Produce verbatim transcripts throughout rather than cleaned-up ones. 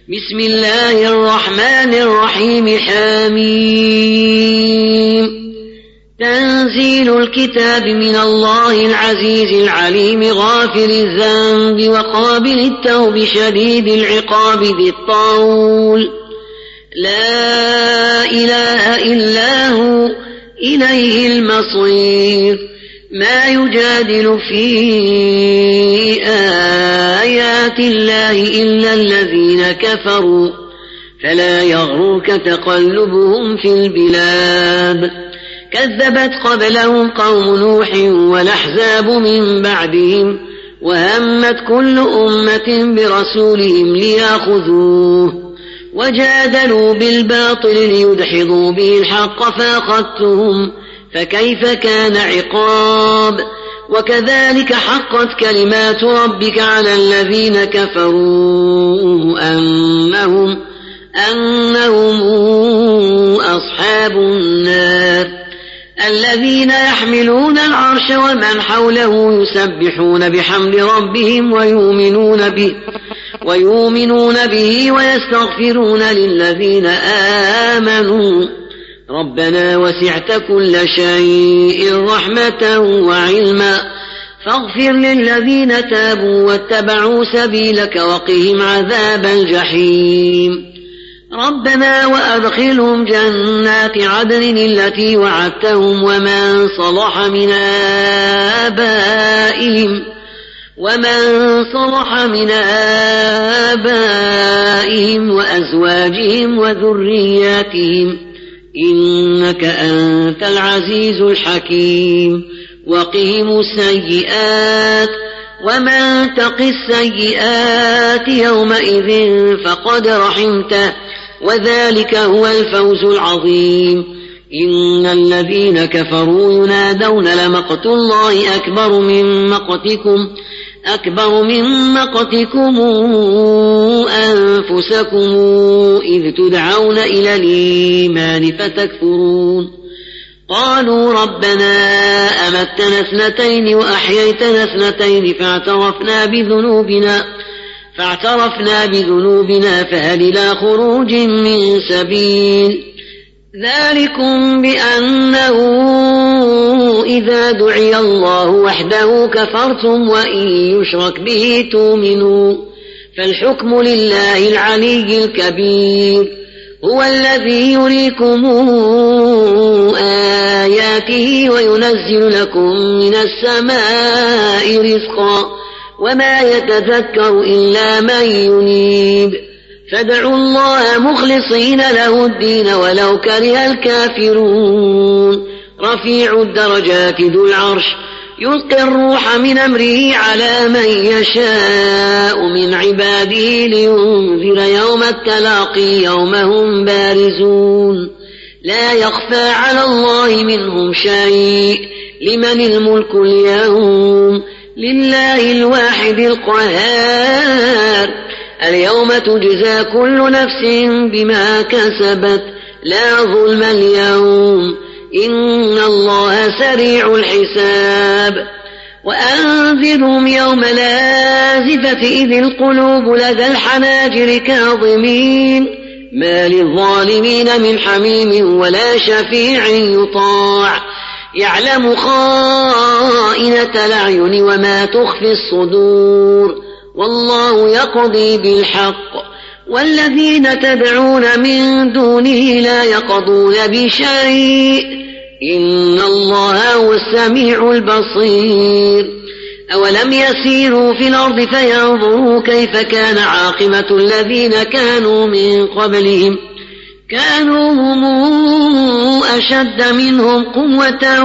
بسم الله الرحمن الرحيم حميم تنزيل الكتاب من الله العزيز العليم غافر الذنب وقابل التوب شديد العقاب ذي الطول لا إله إلا هو إليه المصير ما يجادل في آيات الله إلا الذين كفروا فلا يغرك تقلبهم في البلاد كذبت قبلهم قوم نوح والأحزاب من بعدهم وهمت كل أمة برسولهم ليأخذوه وجادلوا بالباطل ليدحضوا به الحق فأخذتهم فكيف كان عقاب وكذلك حقت كلمات ربك على الذين كفروا أنهم أنهم أصحاب النار الذين يحملون العرش ومن حوله يسبحون بحمد ربهم ويؤمنون به ويؤمنون به ويستغفرون للذين آمنوا ربنا وسعت كل شيء رحمة وعلما فاغفر للذين تابوا واتبعوا سبيلك وقهم عذاب الجحيم ربنا وأدخلهم جنات عدن التي وعدتهم ومن صلح من آبائهم ومن صلح من آبائهم وأزواجهم وذرياتهم إنك أنت العزيز الحكيم وقهم السيئات ومن تق السيئات يومئذ فقد رحمته وذلك هو الفوز العظيم إن الذين كفروا ينادون لمقت الله أكبر من مقتكم أكبر من مقتكم أنفسكم إذ تدعون إلى الإيمان فتكفرون قالوا ربنا أمتنا اثنتين وأحييتنا اثنتين فاعترفنا بذنوبنا فاعترفنا بذنوبنا فهل إلى خروج من سبيل ذلكم بأنه إذا دعي الله وحده كفرتم وإن يشرك به تؤمنوا فالحكم لله العلي الكبير هو الذي يريكم آياته وينزل لكم من السماء رزقا وما يتذكر إلا من ينيب فادعوا الله مخلصين له الدين ولو كره الكافرون رفيع الدرجات ذو العرش يلقي الروح من أمره على من يشاء من عباده لينذر يوم التلاقي يوم هم بارزون لا يخفى على الله منهم شيء لمن الملك اليوم لله الواحد القهار اليوم تجزى كل نفس بما كسبت لا ظلم اليوم إن الله سريع الحساب وأنذرهم يوم الآزفة إذ القلوب لدى الحناجر كاظمين ما للظالمين من حميم ولا شفيع يطاع يعلم خائنة الأعين وما تخفي الصدور والله يقضي بالحق والذين تدعون من دونه لا يقضون بشيء إن الله هو السميع البصير أولم يسيروا في الأرض فينظروا كيف كان عاقبة الذين كانوا من قبلهم كانوا هم أشد منهم قوة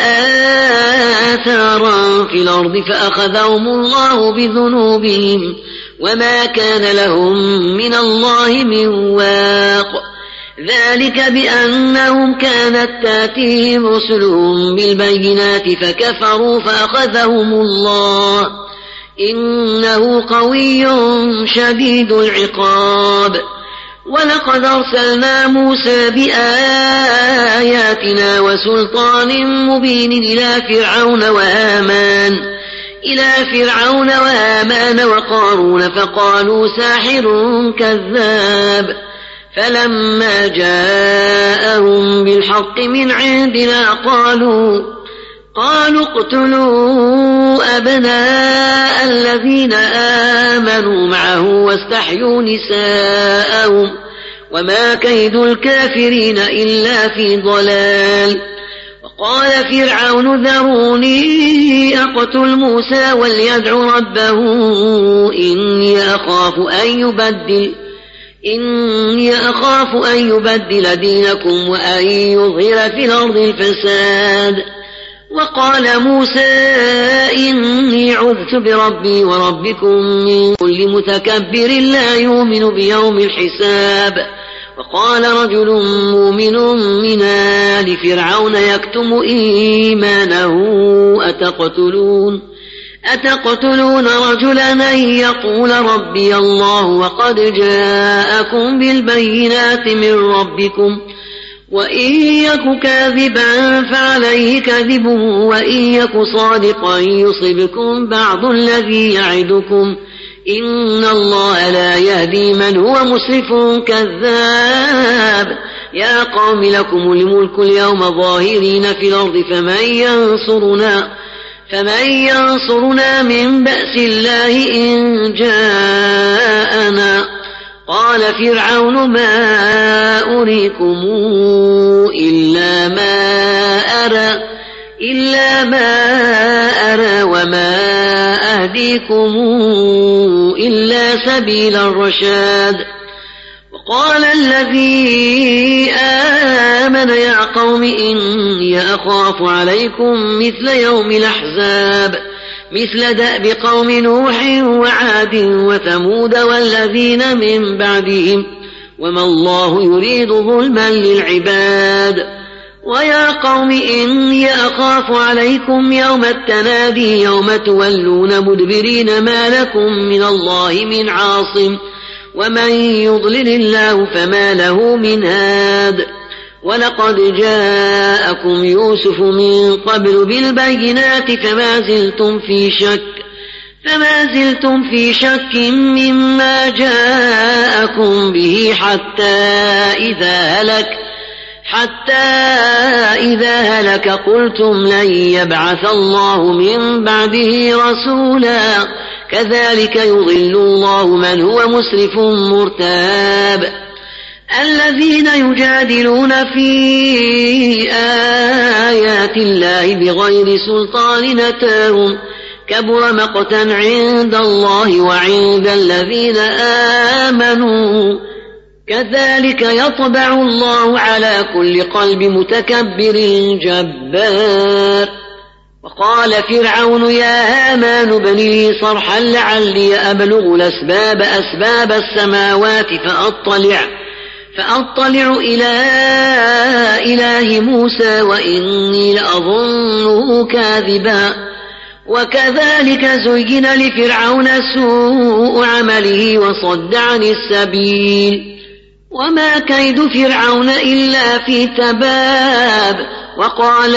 وآثارا في الأرض فأخذهم الله بذنوبهم وما كان لهم من الله من واق ذلك بأنهم كانت تاتيهم رسلهم بالبينات فكفروا فأخذهم الله إنه قوي شديد العقاب ولقد أرسلنا موسى بآياتنا وسلطان مبين إلى فرعون وهامان إلى فرعون وهامان وقارون فقالوا ساحر كذاب فلما جاءهم بالحق من عندنا قالوا قالوا اقتلوا أبناء الذين آمنوا معه واستحيوا نساءهم وما كيد الكافرين إلا في ضلال. وقال فرعون ذروني أقتل موسى وليدع ربه إني أخاف أن يبدل إني أخاف أن يبدل دينكم وأن يظهر في الأرض الفساد. وقال موسى إني عذت بربي وربكم من كل متكبر لا يؤمن بيوم الحساب. وقال رجل مؤمن من آل فرعون يكتم إيمانه أتقتلون أتقتلون رجلا أن يقول ربي الله وقد جاءكم بالبينات من ربكم وإن يك كاذبا فعليه كذبه وإن يك صادقا يصبكم بعض الذي يعدكم إن الله لا يهدي من هو مسرف كذاب. يا قوم لكم الملك اليوم ظاهرين في الأرض فمن ينصرنا فمن ينصرنا من بأس الله إن جاءنا. قال فرعون ما أريكم إلا ما أرى إلا ما أرى وما أهديكم إلا سبيل الرشاد. وقال الذي آمن يا قوم إني أخاف عليكم مثل يوم الأحزاب مثل دأب قوم نوح وعاد وثمود والذين من بعدهم وما الله يريد ظلما للعباد. ويا قوم إني أخاف عليكم يوم التنادي يوم تولون مدبرين ما لكم من الله من عاصم ومن يضلل الله فما له من هاد. ولقد جاءكم يوسف من قبل بالبينات فما زلتم في شك فما زلتم في شك مما جاءكم به حتى إذا هلك حتى إذا هلك قلتم لن يبعث الله من بعده رسولا كذلك يضل الله من هو مسرف مرتاب. الذين يجادلون في آيات الله بغير سلطان أتاهم كبر مقتا عند الله وعند الذين آمنوا كذلك يطبع الله على كل قلب متكبر جبار. وقال فرعون يا هامان ابن لي صرحا لعلي أبلغ الأسباب أسباب السماوات فأطلع فأطلع إلى إله موسى وإني لأظنه كاذبا. وكذلك زين لفرعون سوء عمله وصد عن السبيل وما كيد فرعون إلا في تباب. وقال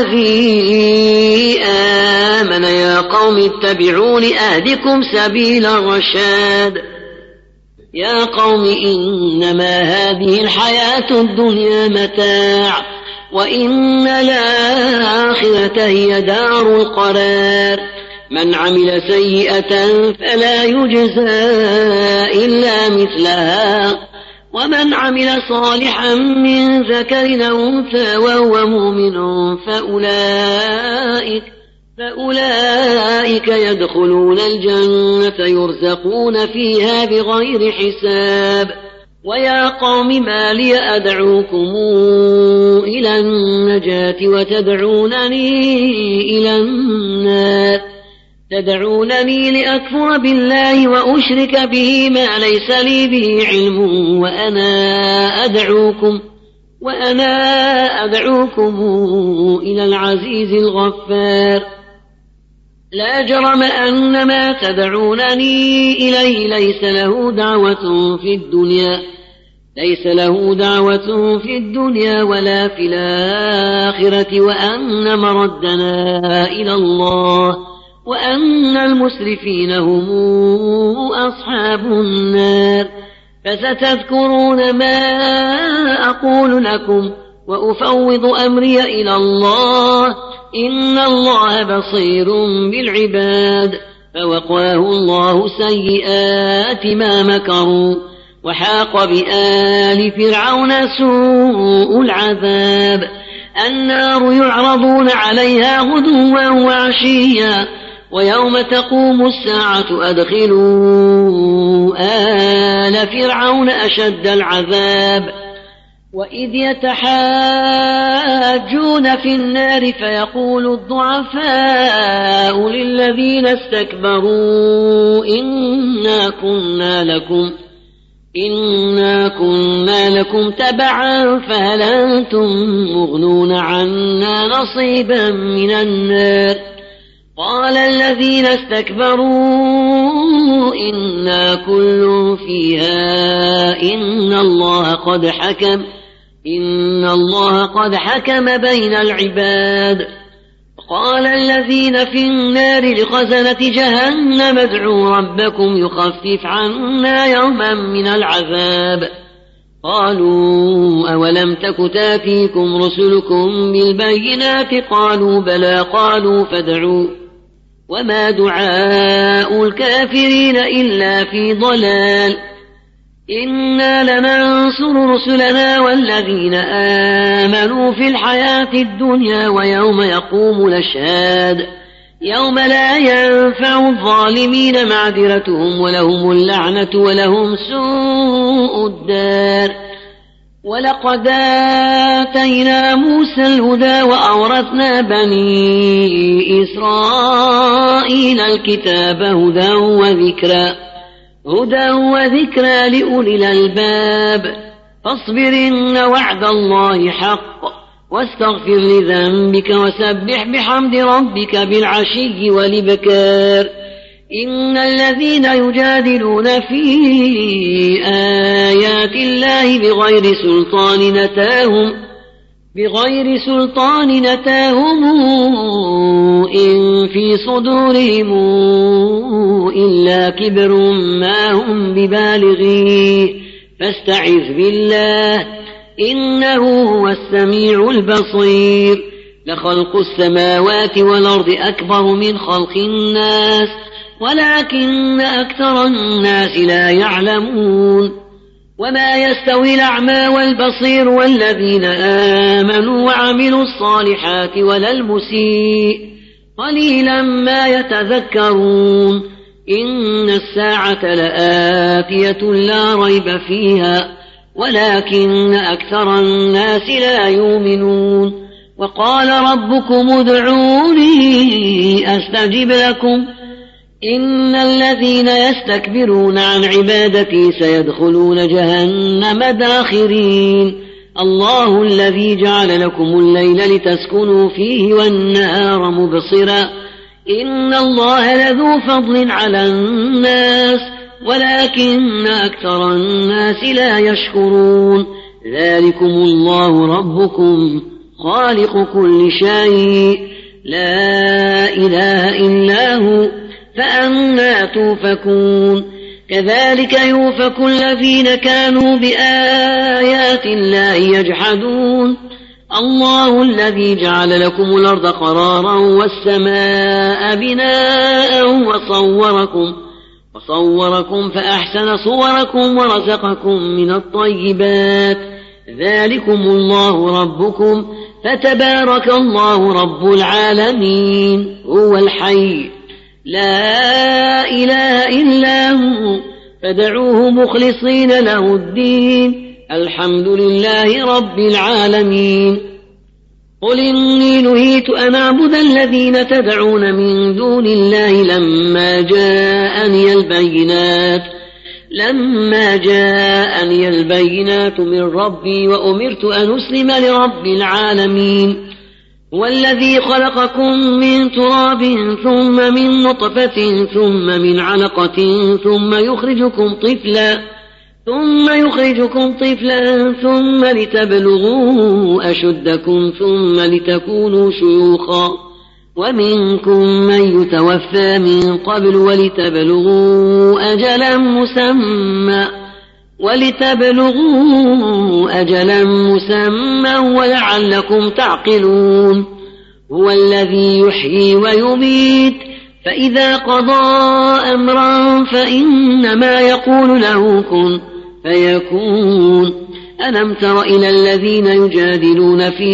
الذي آمن يا قوم اتبعون أهدكم سبيل الرشاد. يا قوم إنما هذه الحياة الدنيا متاع وإن الآخرة هي دار القرار. من عمل سيئة فلا يجزى إلا مثلها ومن عمل صالحا من ذكر أو أنثى وهو مؤمن فأولئك فأولئك يدخلون الجنة يرزقون فيها بغير حساب. ويا قوم ما لي أدعوكم إلى النجاة وتدعونني إلى النار تدعونني لأكفر بالله وأشرك به ما ليس لي به علم وأنا أدعوكم وأنا أدعوكم إلى العزيز الغفار. لا جرم أن ما تدعونني إليه ليس له دعوة في الدنيا ليس له دعوة في الدنيا ولا في الآخرة وأن مردنا إلى الله وأن المسرفين هم أصحاب النار. فستذكرون ما أقول لكم وأفوض أمري إلى الله، إن الله بصير بالعباد. فوقاه الله سيئات ما مكروا، وحاق بآل فرعون سوء العذاب. النار يعرضون عليها غدوا وعشيا، ويوم تقوم الساعة أدخلوا آل فرعون أشد العذاب. وإذ يتحاجون في النار فيقول الضعفاء للذين استكبروا إنا كنا لكم إنا كنا لكم تبعا فهل أنتم مغنون عنا نصيبا من النار. قال الذين استكبروا إنا كل فيها إن الله قد حكم إن الله قد حكم بين العباد. قال الذين في النار لخزنة جهنم ادعوا ربكم يخفف عنا يوما من العذاب. قالوا أولم تك تاتيكم رسلكم بالبينات قالوا بلى قالوا فادعوا وما دعاء الكافرين إلا في ضلال. إنا لننصر رسلنا والذين آمنوا في الحياة الدنيا ويوم يقوم الأشهاد يوم لا ينفع الظالمين معذرتهم ولهم اللعنة ولهم سوء الدار. ولقد آتينا موسى الهدى وأورثنا بني إسرائيل الكتاب هدى وذكرى هدى وذكرى لأولي الألباب. فاصبر إن وعد الله حق واستغفر لذنبك وسبح بحمد ربك بالعشي والإبكار. إن الذين يجادلون في آيات الله بغير سلطان نتاهم بغير سلطان نتاهم إن في صدورهم إلا كبر ما هم ببالغيه فاستعذ بالله إنه هو السميع البصير. لخلق السماوات والأرض أكبر من خلق الناس ولكن أكثر الناس لا يعلمون. وما يستوي الأعمى والبصير والذين آمنوا وعملوا الصالحات ولا المسيء قليلا ما يتذكرون. إن الساعة لآتية لا ريب فيها ولكن أكثر الناس لا يؤمنون. وقال ربكم ادعوني أستجب لكم إن الذين يستكبرون عن عبادتي سيدخلون جهنم داخرين. الله الذي جعل لكم الليل لتسكنوا فيه والنهار مبصرا إن الله لذو فضل على الناس ولكن أكثر الناس لا يشكرون. ذلكم الله ربكم خالق كل شيء لا إله إلا هو فأنى توفكون. كذلك يوفك الذين كانوا بآيات الله يجحدون. الله الذي جعل لكم الأرض قرارا والسماء بناء وصوركم وصوركم فأحسن صوركم ورزقكم من الطيبات. ذلكم الله ربكم فتبارك الله رب العالمين. هو الحي لا إله إلا هو فدعوه مخلصين له الدين الحمد لله رب العالمين. قل إني نهيت أن أعبد الذين تدعون من دون الله لما جاءني البينات لما جاءني البينات من ربي وأمرت أن أسلم لرب العالمين. والذي خلقكم من تراب ثم من نطفة ثم من علقة ثم يخرجكم طفلا ثم يخرجكم طفلا ثم لتبلغوا أشدكم ثم لتكونوا شيوخا ومنكم من يتوفى من قبل ولتبلغوا أجلا مسمى ولتبلغوا أجلا مسمى ولعلكم تعقلون هو الذي يحيي ويميت فإذا قضى أمرا فإنما يقول له كن فيكون ألم تر إلى الذين يجادلون في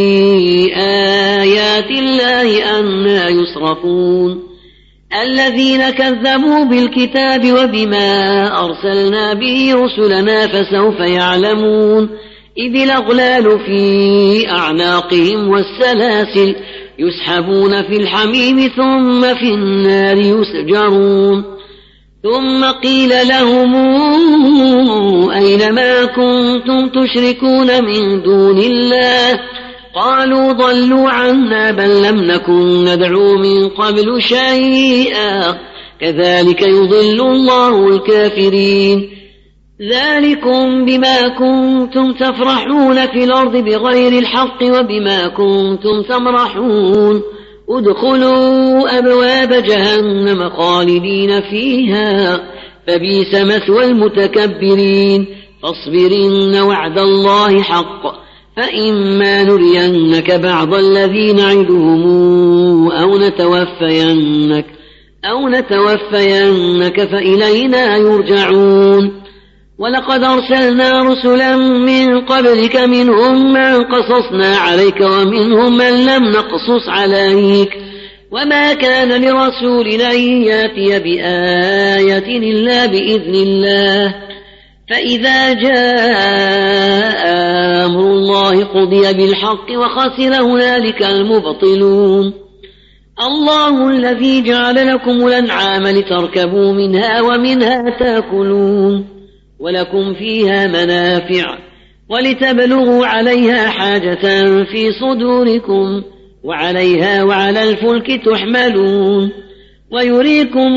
آيات الله أنى يصرفون الذين كذبوا بالكتاب وبما أرسلنا به رسلنا فسوف يعلمون إذ الأغلال في أعناقهم والسلاسل يسحبون في الحميم ثم في النار يسجرون ثم قيل لهم أين ما كنتم تشركون من دون الله قالوا ضلوا عنا بل لم نكن ندعو من قبل شيئا كذلك يضل الله الكافرين ذلكم بما كنتم تفرحون في الأرض بغير الحق وبما كنتم تمرحون ادخلوا أبواب جهنم خالدين فيها فبئس مثوى المتكبرين فاصبرن وعد الله حق فإما نرينك بعض الذي نعدهم أو نتوفينك أو نتوفينك فإلينا يرجعون ولقد أرسلنا رسلا من قبلك منهم من قصصنا عليك ومنهم من لم نقصص عليك وما كان لرسول أن يأتي بآية إلا بإذن الله فإذا جاء أمر الله قضي بالحق وخسر هنالك المبطلون الله الذي جعل لكم الأنعام لتركبوا منها ومنها تأكلون ولكم فيها منافع ولتبلغوا عليها حاجة في صدوركم وعليها وعلى الفلك تحملون ويريكم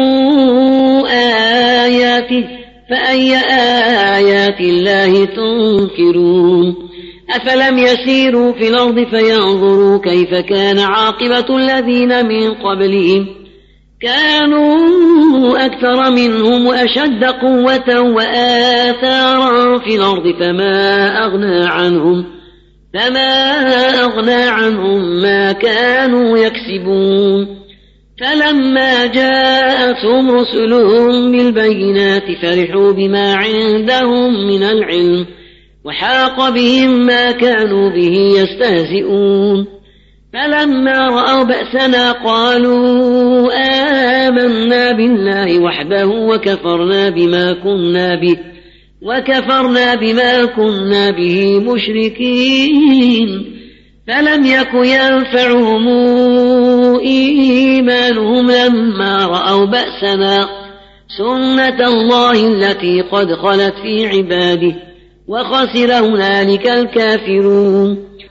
آياته فأي آيات الله تنكرون أفلم يسيروا في الأرض فينظروا كيف كان عاقبة الذين من قبلهم كانوا أكثر منهم وأشد قوة وآثارا في الأرض فما أغنى عنهم فما أغنى عنهم ما كانوا يكسبون فلما جاءتهم رسلهم بالبينات فرحوا بما عندهم من العلم وحاق بهم ما كانوا به يستهزئون فلما رأوا بأسنا قالوا آمنا بالله وحده وكفرنا بما كنا به وكفرنا بما كنا به مشركين فلم يك ينفعهم إيمانهم لما رأوا بأسنا سنة الله التي قد خلت في عباده وخسر هنالك الكافرون